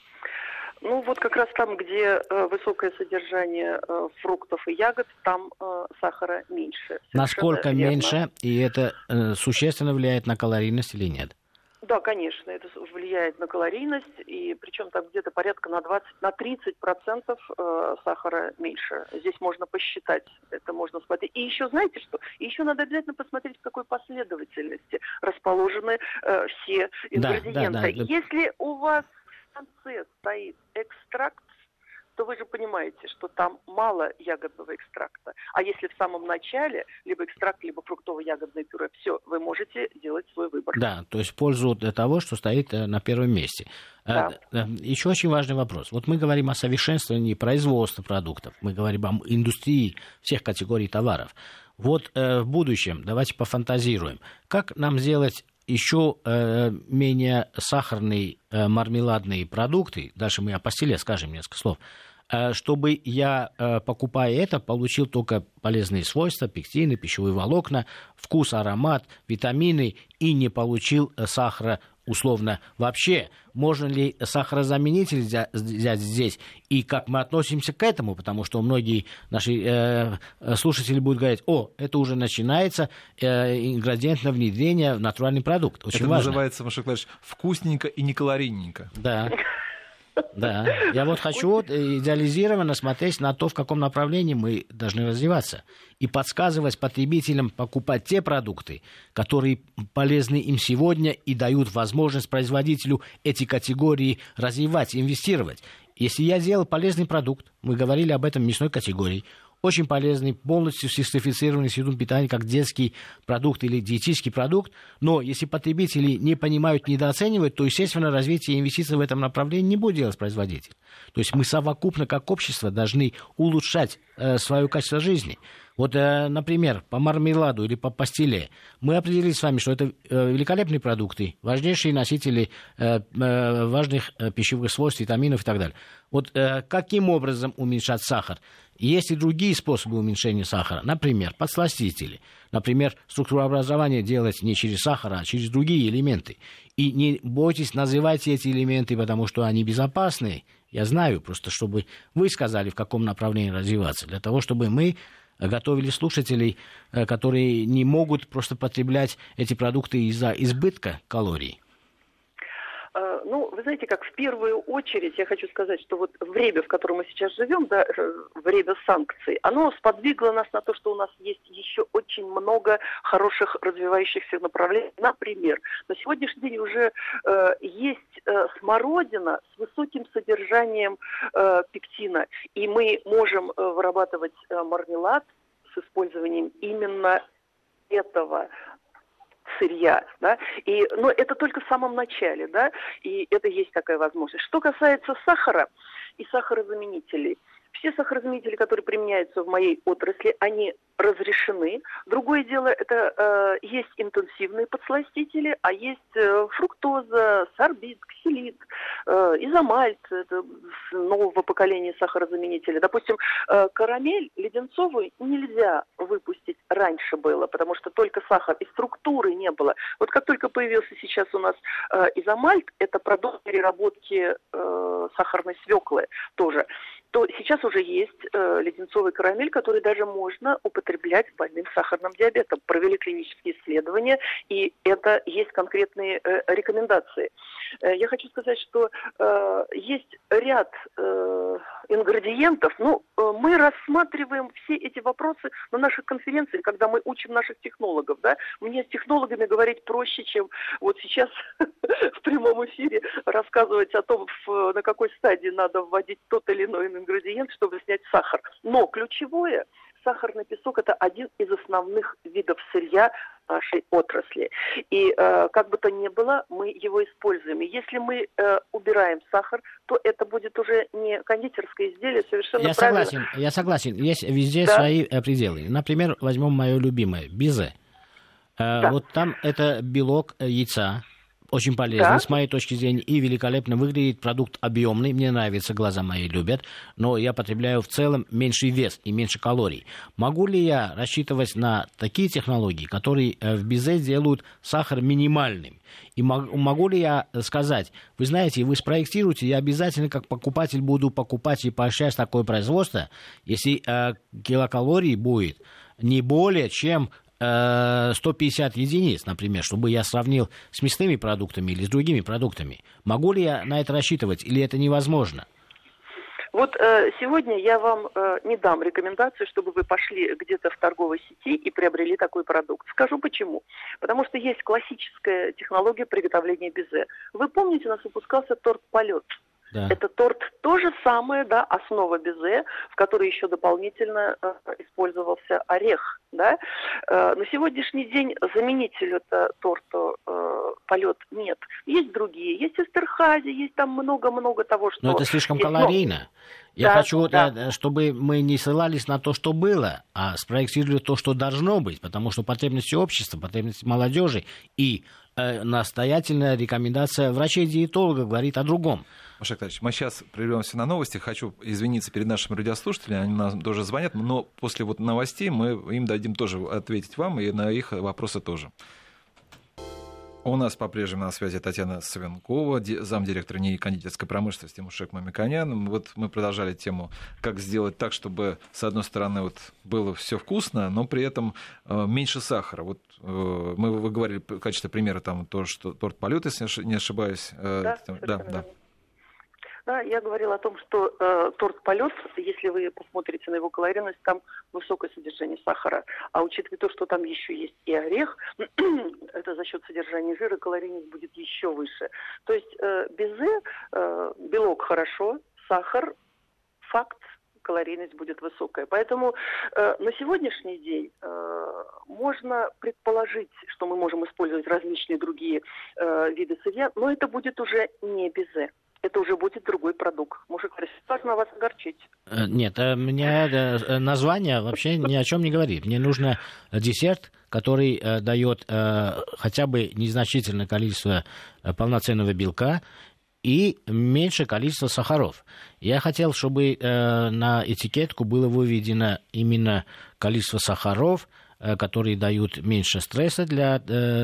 Speaker 3: Ну, вот как раз там, где э, высокое содержание э, фруктов и ягод, там э, сахара меньше. Совершенно
Speaker 2: Насколько
Speaker 3: верно.
Speaker 2: меньше, и это э, существенно влияет на калорийность или нет?
Speaker 3: Да, конечно, это влияет на калорийность, и причем там где-то порядка на двадцать, на тридцать процентов э, сахара меньше. Здесь можно посчитать, это можно смотреть. И еще знаете что? И еще надо обязательно посмотреть, в какой последовательности расположены э, все ингредиенты. Да, да, да. Если у вас в конце стоит экстракт, то вы же понимаете, что там мало ягодного экстракта. А если в самом начале либо экстракт, либо фруктово-ягодное пюре, все, вы можете делать свой выбор.
Speaker 2: Да, то есть в пользу того, что стоит на первом месте. Да. Еще очень важный вопрос. Вот мы говорим о совершенствовании производства продуктов, мы говорим о индустрии всех категорий товаров. Вот в будущем, давайте пофантазируем, как нам сделать еще э, менее сахарные э, мармеладные продукты, дальше мы о пастиле скажем несколько слов, э, чтобы я, э, покупая это, получил только полезные свойства, пектины, пищевые волокна, вкус, аромат, витамины и не получил э, сахара условно вообще. Можно ли сахарозаменитель взять здесь и как мы относимся к этому, потому что многие наши э, слушатели будут говорить, о, это уже начинается э, ингредиентное внедрение в натуральный продукт. Очень
Speaker 1: это
Speaker 2: важно.
Speaker 1: Называется, Мушек Ларисович, вкусненько и некалорийненько.
Speaker 2: Да. Да, я вот хочу вот идеализированно смотреть на то, в каком направлении мы должны развиваться. И подсказывать потребителям покупать те продукты, которые полезны им сегодня и дают возможность производителю эти категории развивать, инвестировать. Если я сделал полезный продукт, мы говорили об этом в мясной категории, очень полезный, полностью сертифицированный институт питания, как детский продукт или диетический продукт. Но если потребители не понимают, недооценивают, то, естественно, развитие инвестиций в этом направлении не будет делать производитель. То есть мы совокупно, как общество, должны улучшать э, свое качество жизни. Вот, э, например, по мармеладу или по пастиле мы определили с вами, что это э, великолепные продукты, важнейшие носители э, э, важных э, пищевых свойств, витаминов и так далее. Вот э, каким образом уменьшать сахар? Есть и другие способы уменьшения сахара. Например, подсластители. Например, структурообразование делать не через сахар, а через другие элементы. И не бойтесь, называйте эти элементы, потому что они безопасные. Я знаю, просто чтобы вы сказали, в каком направлении развиваться. Для того, чтобы мы готовили слушателей, которые не могут просто потреблять эти продукты из-за избытка калорий.
Speaker 3: Ну, вы знаете, как в первую очередь я хочу сказать, что вот время, в котором мы сейчас живем, да, время санкций, оно сподвигло нас на то, что у нас есть еще очень много хороших развивающихся направлений. Например, на сегодняшний день уже э, есть э, смородина с высоким содержанием э, пектина, и мы можем э, вырабатывать э, мармелад с использованием именно этого сырья, да, и, но это только в самом начале, да, и это есть такая возможность. Что касается сахара и сахарозаменителей, все сахарозаменители, которые применяются в моей отрасли, они разрешены. Другое дело, это э, есть интенсивные подсластители, а есть э, фруктоза, сорбит, ксилит, э, изомальт, это нового поколения сахарозаменителей. Допустим, э, карамель леденцовую нельзя выпустить, раньше было, потому что только сахар, и структуры не было. Вот как только появился сейчас у нас э, изомальт, это продукт переработки э, сахарной свеклы тоже, то сейчас уже есть э, леденцовый карамель, который даже можно употреблять больным сахарным диабетом. Провели клинические исследования, и это есть конкретные э, рекомендации. Э, я хочу сказать, что э, есть ряд э, ингредиентов, ну, мы рассматриваем все эти вопросы на наших конференциях, когда мы учим наших технологов, да. Мне с технологами говорить проще, чем вот сейчас в прямом эфире рассказывать о том, на какой стадии надо вводить тот или иной ингредиент, чтобы снять сахар. Но ключевое, сахарный песок – это один из основных видов сырья нашей отрасли. И э, как бы то ни было, мы его используем. И если мы э, убираем сахар, то это будет уже не кондитерское изделие, совершенно
Speaker 2: я
Speaker 3: правильно.
Speaker 2: Согласен, я согласен. Есть везде
Speaker 3: да.
Speaker 2: свои э, пределы. Например, возьмем мое любимое – безе. Э,
Speaker 3: да.
Speaker 2: Вот там это белок э, яйца. Очень полезно,
Speaker 3: да.
Speaker 2: с моей точки зрения, и великолепно выглядит. Продукт объемный, мне нравится, глаза мои любят, но я потребляю в целом меньший вес и меньше калорий. Могу ли я рассчитывать на такие технологии, которые в безе делают сахар минимальным? И могу ли я сказать, вы знаете, вы спроектируете, я обязательно как покупатель буду покупать и поощрять такое производство, если э, килокалорий будет не более чем сто пятьдесят единиц, например, чтобы я сравнил с мясными продуктами или с другими продуктами. Могу ли я на это рассчитывать, или это невозможно?
Speaker 3: Вот э, сегодня я вам э, не дам рекомендацию, чтобы вы пошли где-то в торговой сети и приобрели такой продукт. Скажу почему. Потому что есть классическая технология приготовления безе. Вы помните, у нас выпускался торт «Полет».
Speaker 2: Да.
Speaker 3: Это торт то же самое, да, основа безе, в которой еще дополнительно э, использовался орех, да. Э, на сегодняшний день заменитель это торту э, «Полет» нет. Есть другие, есть эстерхази, есть там много-много того, что...
Speaker 2: Но это слишком
Speaker 3: есть,
Speaker 2: калорийно.
Speaker 3: но...
Speaker 2: Я
Speaker 3: да,
Speaker 2: хочу,
Speaker 3: да.
Speaker 2: чтобы мы не ссылались на то, что было, а спроектировали то, что должно быть, потому что потребности общества, потребности молодежи и э, настоятельная рекомендация врачей-диетологов говорит о другом.
Speaker 1: Маша Витальевич, мы сейчас прервемся на новости. Хочу извиниться перед нашими радиослушателями, они нам тоже звонят, но после вот новостей мы им дадим тоже ответить вам и на их вопросы тоже. У нас по-прежнему на связи Татьяна Савенкова, замдиректора НИИ кондитерской промышленности Мушек Мамиканян. Вот мы продолжали тему, как сделать так, чтобы, с одной стороны, вот было все вкусно, но при этом э, меньше сахара. Вот э, мы вы говорили в качестве примера там то, что торт «Полет», если не ошибаюсь. Э,
Speaker 3: да,
Speaker 1: там, да, да.
Speaker 3: Да, я говорила о том, что э, торт «Полет», если вы посмотрите на его калорийность, там высокое содержание сахара. А учитывая то, что там еще есть и орех, это за счет содержания жира калорийность будет еще выше. То есть э, безе, э, белок хорошо, сахар, факт, калорийность будет высокая. Поэтому э, на сегодняшний день э, можно предположить, что мы можем использовать различные другие э, виды сырья, но это будет уже не безе. Это уже будет другой продукт. Может, важно вас огорчить.
Speaker 2: Нет, мне название вообще ни о чем не говорит. Мне нужно десерт, который дает хотя бы незначительное количество полноценного белка и меньшее количество сахаров. Я хотел, чтобы на этикетку было выведено именно количество сахаров, которые дают меньше стресса для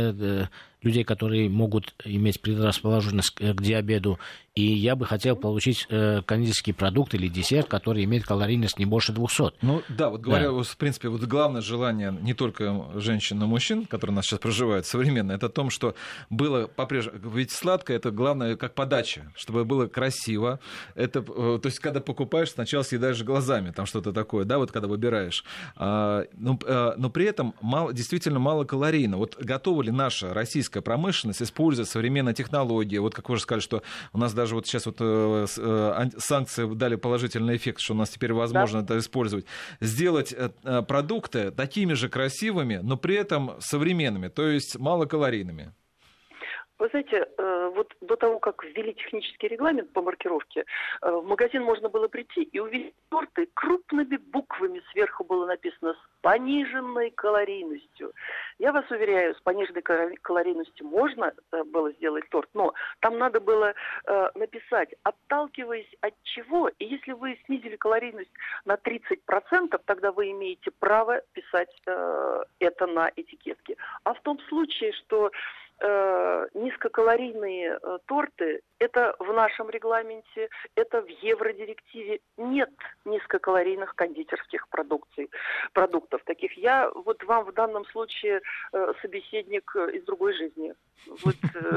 Speaker 2: людей, которые могут иметь предрасположенность к диабету. И я бы хотел получить э, кондитерский продукт или десерт, который имеет калорийность не больше двухсот.
Speaker 1: Ну да, вот говоря,
Speaker 2: да.
Speaker 1: Вот, в принципе, вот главное желание не только женщин, но и мужчин, которые у нас сейчас проживают, современно, это о том, что было по-прежнему, ведь сладкое, это главное как подача, чтобы было красиво. Это, то есть, когда покупаешь, сначала съедаешь глазами, там что-то такое, да, вот когда выбираешь. А, но, но при этом мало, действительно мало калорийно. Вот готова ли наша российская промышленность использовать современные технологии? Вот как вы уже сказали, что у нас даже вот сейчас вот э, э, санкции дали положительный эффект, что у нас теперь возможно да. это использовать. Сделать э, продукты такими же красивыми, но при этом современными, то есть малокалорийными.
Speaker 3: Вы знаете, вот до того, как ввели технический регламент по маркировке, в магазин можно было прийти и увидеть торты крупными буквами. Сверху было написано «с пониженной калорийностью». Я вас уверяю, с пониженной калорийностью можно было сделать торт, но там надо было написать, отталкиваясь от чего. И если вы снизили калорийность на тридцать процентов, тогда вы имеете право писать это на этикетке. А в том случае, что э, низкокалорийные э, торты, это в нашем регламенте, это в евродирективе. Нет низкокалорийных кондитерских продукций, продуктов таких. Я вот вам в данном случае э, собеседник из другой жизни. Вот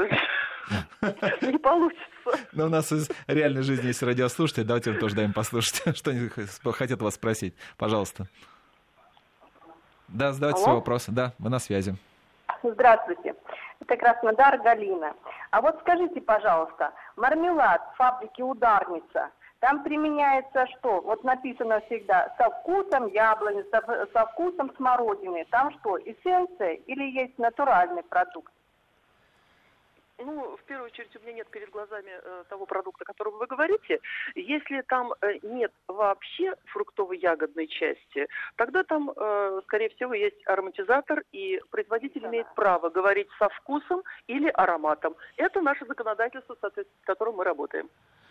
Speaker 3: не получится.
Speaker 1: Но у нас из реальной жизни есть радиослушатели. Давайте им тоже даем послушать, что они хотят вас спросить. Пожалуйста. Да, задавайте свои вопросы. Да, мы на связи.
Speaker 5: Здравствуйте. Это Краснодар, Галина. А вот скажите, пожалуйста, мармелад фабрики «Ударница», там применяется что? Вот написано всегда со вкусом яблони, со, со вкусом смородины. Там что, эссенция или есть натуральный продукт?
Speaker 3: Ну, в первую очередь, у меня нет перед глазами э, того продукта, о котором вы говорите. Если там э, нет вообще фруктово-ягодной части, тогда там, э, скорее всего, есть ароматизатор, и производитель да. имеет право говорить со вкусом или ароматом. Это наше законодательство, с которым мы работаем.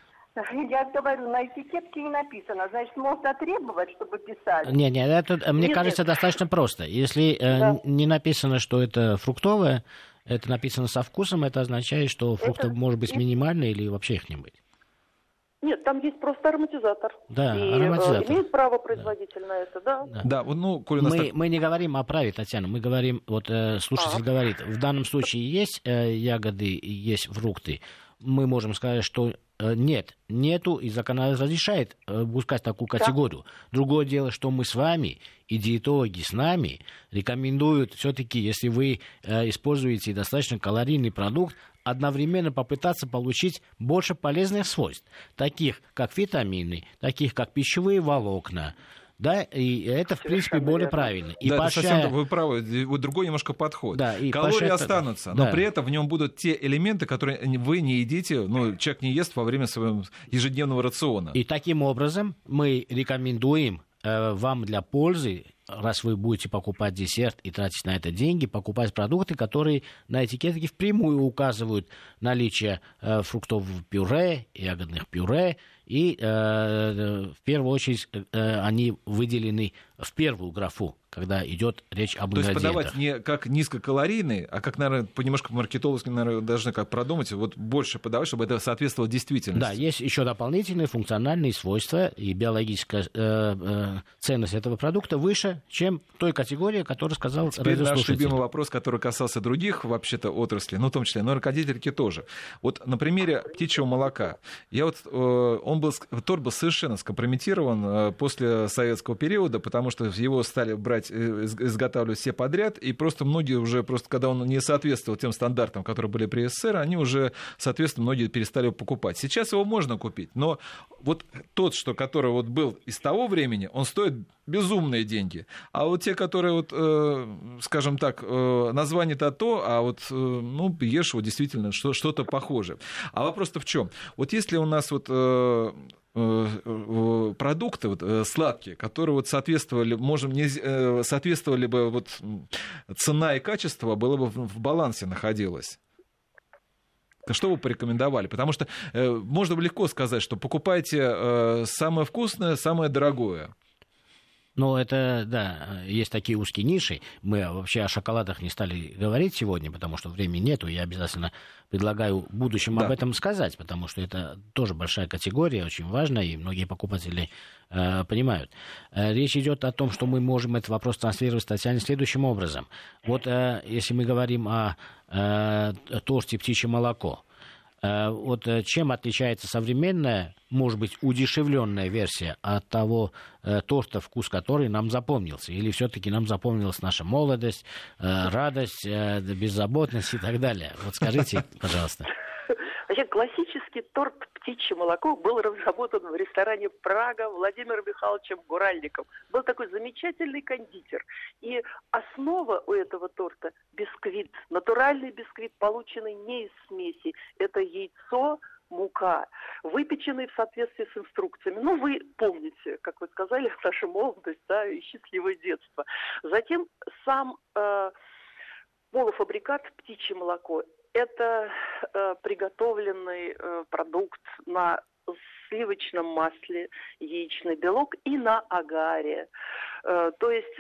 Speaker 5: Я говорю, на этикетке не написано. Значит, можно требовать, чтобы писали?
Speaker 2: Не, не, это, мне нет, кажется, нет. достаточно просто. Если да. э, не написано, что это фруктовое, это написано со вкусом, это означает, что фруктов это... может быть минимально или вообще их не быть.
Speaker 3: Нет, там есть просто ароматизатор.
Speaker 2: Да,
Speaker 3: и,
Speaker 2: ароматизатор.
Speaker 3: Э, имеет право производитель да. на это, да.
Speaker 2: Да,
Speaker 1: да ну, коли нас
Speaker 2: мы,
Speaker 1: так...
Speaker 2: мы не говорим о праве, Татьяна, мы говорим, вот э, слушатель а. говорит, в данном случае есть э, ягоды, есть фрукты. Мы можем сказать, что э, нет, нету, и законодательство разрешает э, пускать такую категорию. Да. Другое дело, что мы с вами, и диетологи с нами, рекомендуют все-таки, если вы э, используете достаточно калорийный продукт, одновременно попытаться получить больше полезных свойств, таких как витамины, таких как пищевые волокна. Да, и это, в принципе, более правильно. И
Speaker 1: да,
Speaker 2: поощряя...
Speaker 1: это совсем, вы правы, другой немножко подход. Да, и калории поощряя... останутся, да. но при этом в нем будут те элементы, которые вы не едите, ну, человек не ест во время своего ежедневного рациона.
Speaker 2: И таким образом мы рекомендуем э, вам для пользы, раз вы будете покупать десерт и тратить на это деньги, покупать продукты, которые на этикетке впрямую указывают наличие э, фруктового пюре, ягодных пюре, и э, в первую очередь э, они выделены в первую графу, когда идет речь об ингредиентах.
Speaker 1: То есть подавать не как низкокалорийный, а как, наверное, немножко маркетологи, наверное, должны как продумать, вот больше подавать, чтобы это соответствовало действительности.
Speaker 2: Да, есть еще дополнительные функциональные свойства, и биологическая э, э, ценность этого продукта выше, чем той категории, которую сказал
Speaker 1: Теперь
Speaker 2: радиослушатель.
Speaker 1: Наш любимый вопрос, который касался других, вообще-то, отраслей, ну, в том числе, но кондитерки тоже. Вот на примере птичьего молока. Я вот, э, он был, торт был совершенно скомпрометирован э, после советского периода, потому что его стали брать, э, изготавливать все подряд, и просто многие уже, просто когда он не соответствовал тем стандартам, которые были при СССР, они уже, соответственно, многие перестали его покупать. Сейчас его можно купить, но вот тот, что, который вот был из того времени, он стоит безумные деньги. А вот те, которые, вот, э, скажем так, э, название-то то, а вот, э, ну, ешь вот действительно что- что-то похожее. А вопрос-то в чем? Вот если у нас вот... Э, продукты вот, сладкие, которые вот соответствовали, можем, не, соответствовали бы вот, цена и качество было бы в балансе находилось. Что вы порекомендовали? Потому что э, можно легко сказать, что покупайте э, самое вкусное, самое дорогое.
Speaker 2: Ну, это, да, есть такие узкие ниши. Мы вообще о шоколадах не стали говорить сегодня, потому что времени нету. Я обязательно предлагаю в будущем да. об этом сказать, потому что это тоже большая категория, очень важная, и многие покупатели э, понимают. Э, речь идет о том, что мы можем этот вопрос транслировать, Татьяне, следующим образом. Вот э, если мы говорим о э, торте «Птичье молоко», вот чем отличается современная, может быть, удешевленная версия от того э, торта, вкус который нам запомнился? Или все-таки нам запомнилась наша молодость, э, радость, э, беззаботность и так далее? Вот скажите, пожалуйста.
Speaker 3: Вообще, классический торт «Птичье молоко» был разработан в ресторане «Прага» Владимиром Михайловичем Гуральником. Был такой замечательный кондитер. И основа у этого торта – бисквит. Натуральный бисквит, полученный не из смеси. Это яйцо, мука, выпеченные в соответствии с инструкциями. Ну, вы помните, как вы сказали, наша молодость, да, и счастливое детство. Затем сам э, полуфабрикат «Птичье молоко». Это э, приготовленный э, продукт на сливочном масле яичный белок и на агаре. То есть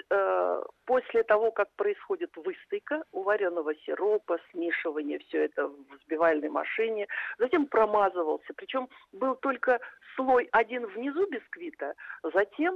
Speaker 3: после того, как происходит выстойка у вареного сиропа, смешивание, все это в взбивальной машине, затем промазывался. Причем был только слой один внизу бисквита, затем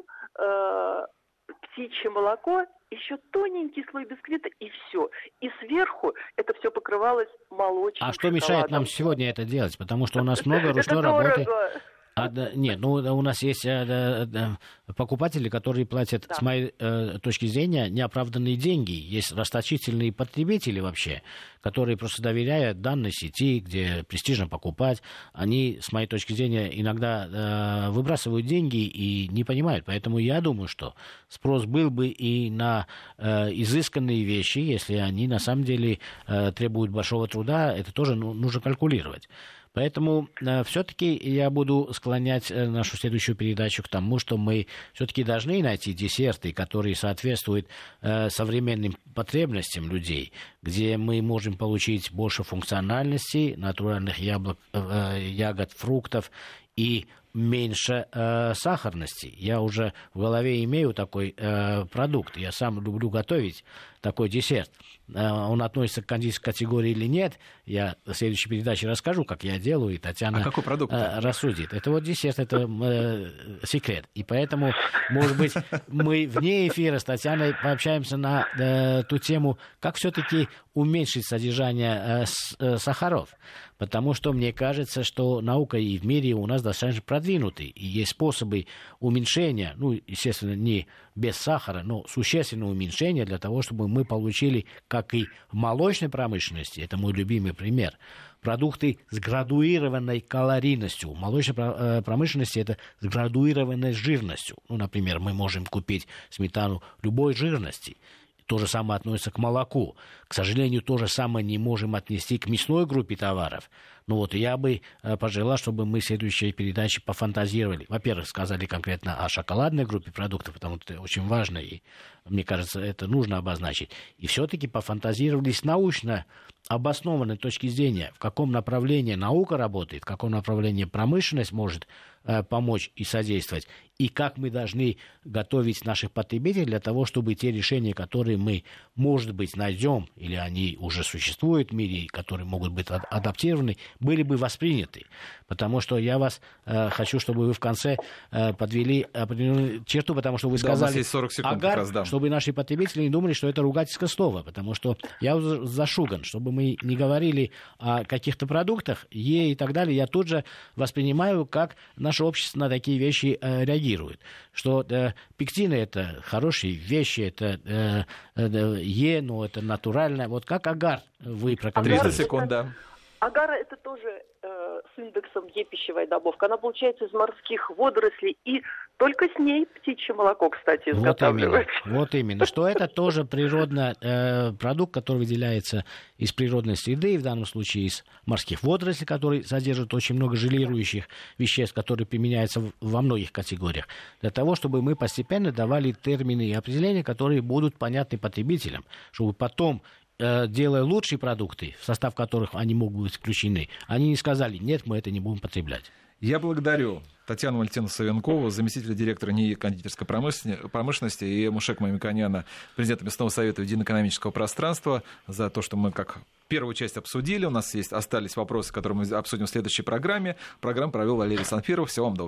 Speaker 3: э, птичье молоко, еще тоненький слой бисквита и все. И сверху это все покрывалось молочным
Speaker 2: А что мешает
Speaker 3: шоколадом.
Speaker 2: нам сегодня это делать? Потому что у нас много ручной работы. А, да, нет, ну у нас есть а, да, покупатели, которые платят, да. с моей э, точки зрения, неоправданные деньги. Есть расточительные потребители вообще, которые просто доверяют данной сети, где престижно покупать. Они, с моей точки зрения, иногда э, выбрасывают деньги и не понимают. Поэтому я думаю, что спрос был бы и на э, изысканные вещи, если они на самом деле э, требуют большого труда. Это тоже ну, нужно калькулировать. Поэтому э, все-таки я буду склонять э, нашу следующую передачу к тому, что мы все-таки должны найти десерты, которые соответствуют э, современным потребностям людей, где мы можем получить больше функциональности, натуральных яблок, э, ягод, фруктов и меньше э, сахарности. Я уже в голове имею такой э, продукт. Я сам люблю готовить такой десерт. Э, он относится к кондитерской категории или нет, я в следующей передаче расскажу, как я делаю, и Татьяна
Speaker 1: а какой продукт?
Speaker 2: Э, рассудит. Это вот десерт, это э, секрет. И поэтому, может быть, мы вне эфира с Татьяной пообщаемся на э, ту тему, как все-таки уменьшить содержание э, с, э, сахаров. Потому что мне кажется, что наука и в мире у нас достаточно продвинуты. И есть способы уменьшения, ну, естественно, не без сахара, но существенного уменьшения для того, чтобы мы получили, как и в молочной промышленности, это мой любимый пример, продукты с градуированной калорийностью. В молочной промышленности это с градуированной жирностью. Ну, например, мы можем купить сметану любой жирности. То же самое относится к молоку. К сожалению, то же самое не можем отнести к мясной группе товаров. Ну вот я бы э, пожелал, чтобы мы в следующей передаче пофантазировали. Во-первых, сказали конкретно о шоколадной группе продуктов, потому что это очень важно, и мне кажется, это нужно обозначить. И все-таки пофантазировали с научно обоснованной точки зрения, в каком направлении наука работает, в каком направлении промышленность может э, помочь и содействовать, и как мы должны готовить наших потребителей для того, чтобы те решения, которые мы, может быть, найдем, или они уже существуют в мире, которые могут быть адаптированы, были бы восприняты. Потому что я вас э, хочу, чтобы вы в конце э, подвели определенную черту, потому что вы
Speaker 1: да,
Speaker 2: сказали
Speaker 1: агар,
Speaker 2: чтобы наши потребители не думали, что это ругательское слово. Потому что я зашуган, чтобы мы не говорили о каких-то продуктах, е и так далее. Я тут же воспринимаю, как наше общество на такие вещи э, реагирует. Что э, пектины — это хорошие вещи, это э, э, е, но это натурально. Вот как агар вы прокомментируете?
Speaker 1: тридцать секунд, да.
Speaker 3: Агара — это тоже э, с индексом Е пищевая добавка. Она получается из морских водорослей, и только с ней птичье молоко, кстати, изготавливается.
Speaker 2: Вот именно, вот именно. Что это тоже природный э, продукт, который выделяется из природной среды, в данном случае из морских водорослей, которые содержат очень много желирующих веществ, которые применяются в, во многих категориях, для того, чтобы мы постепенно давали термины и определения, которые будут понятны потребителям, чтобы потом, делая лучшие продукты, в состав которых они могут быть включены, они не сказали: нет, мы это не будем потреблять.
Speaker 1: Я благодарю Татьяну Валентиновну Савенкову, заместителя директора НИИ кондитерской промышленности, и Мушек Мамиканяна, президента Местного совета единоэкономического пространства, за то, что мы как первую часть обсудили. У нас есть, остались вопросы, которые мы обсудим в следующей программе. Программу провел Валерий Санфиров. Всего вам доброго.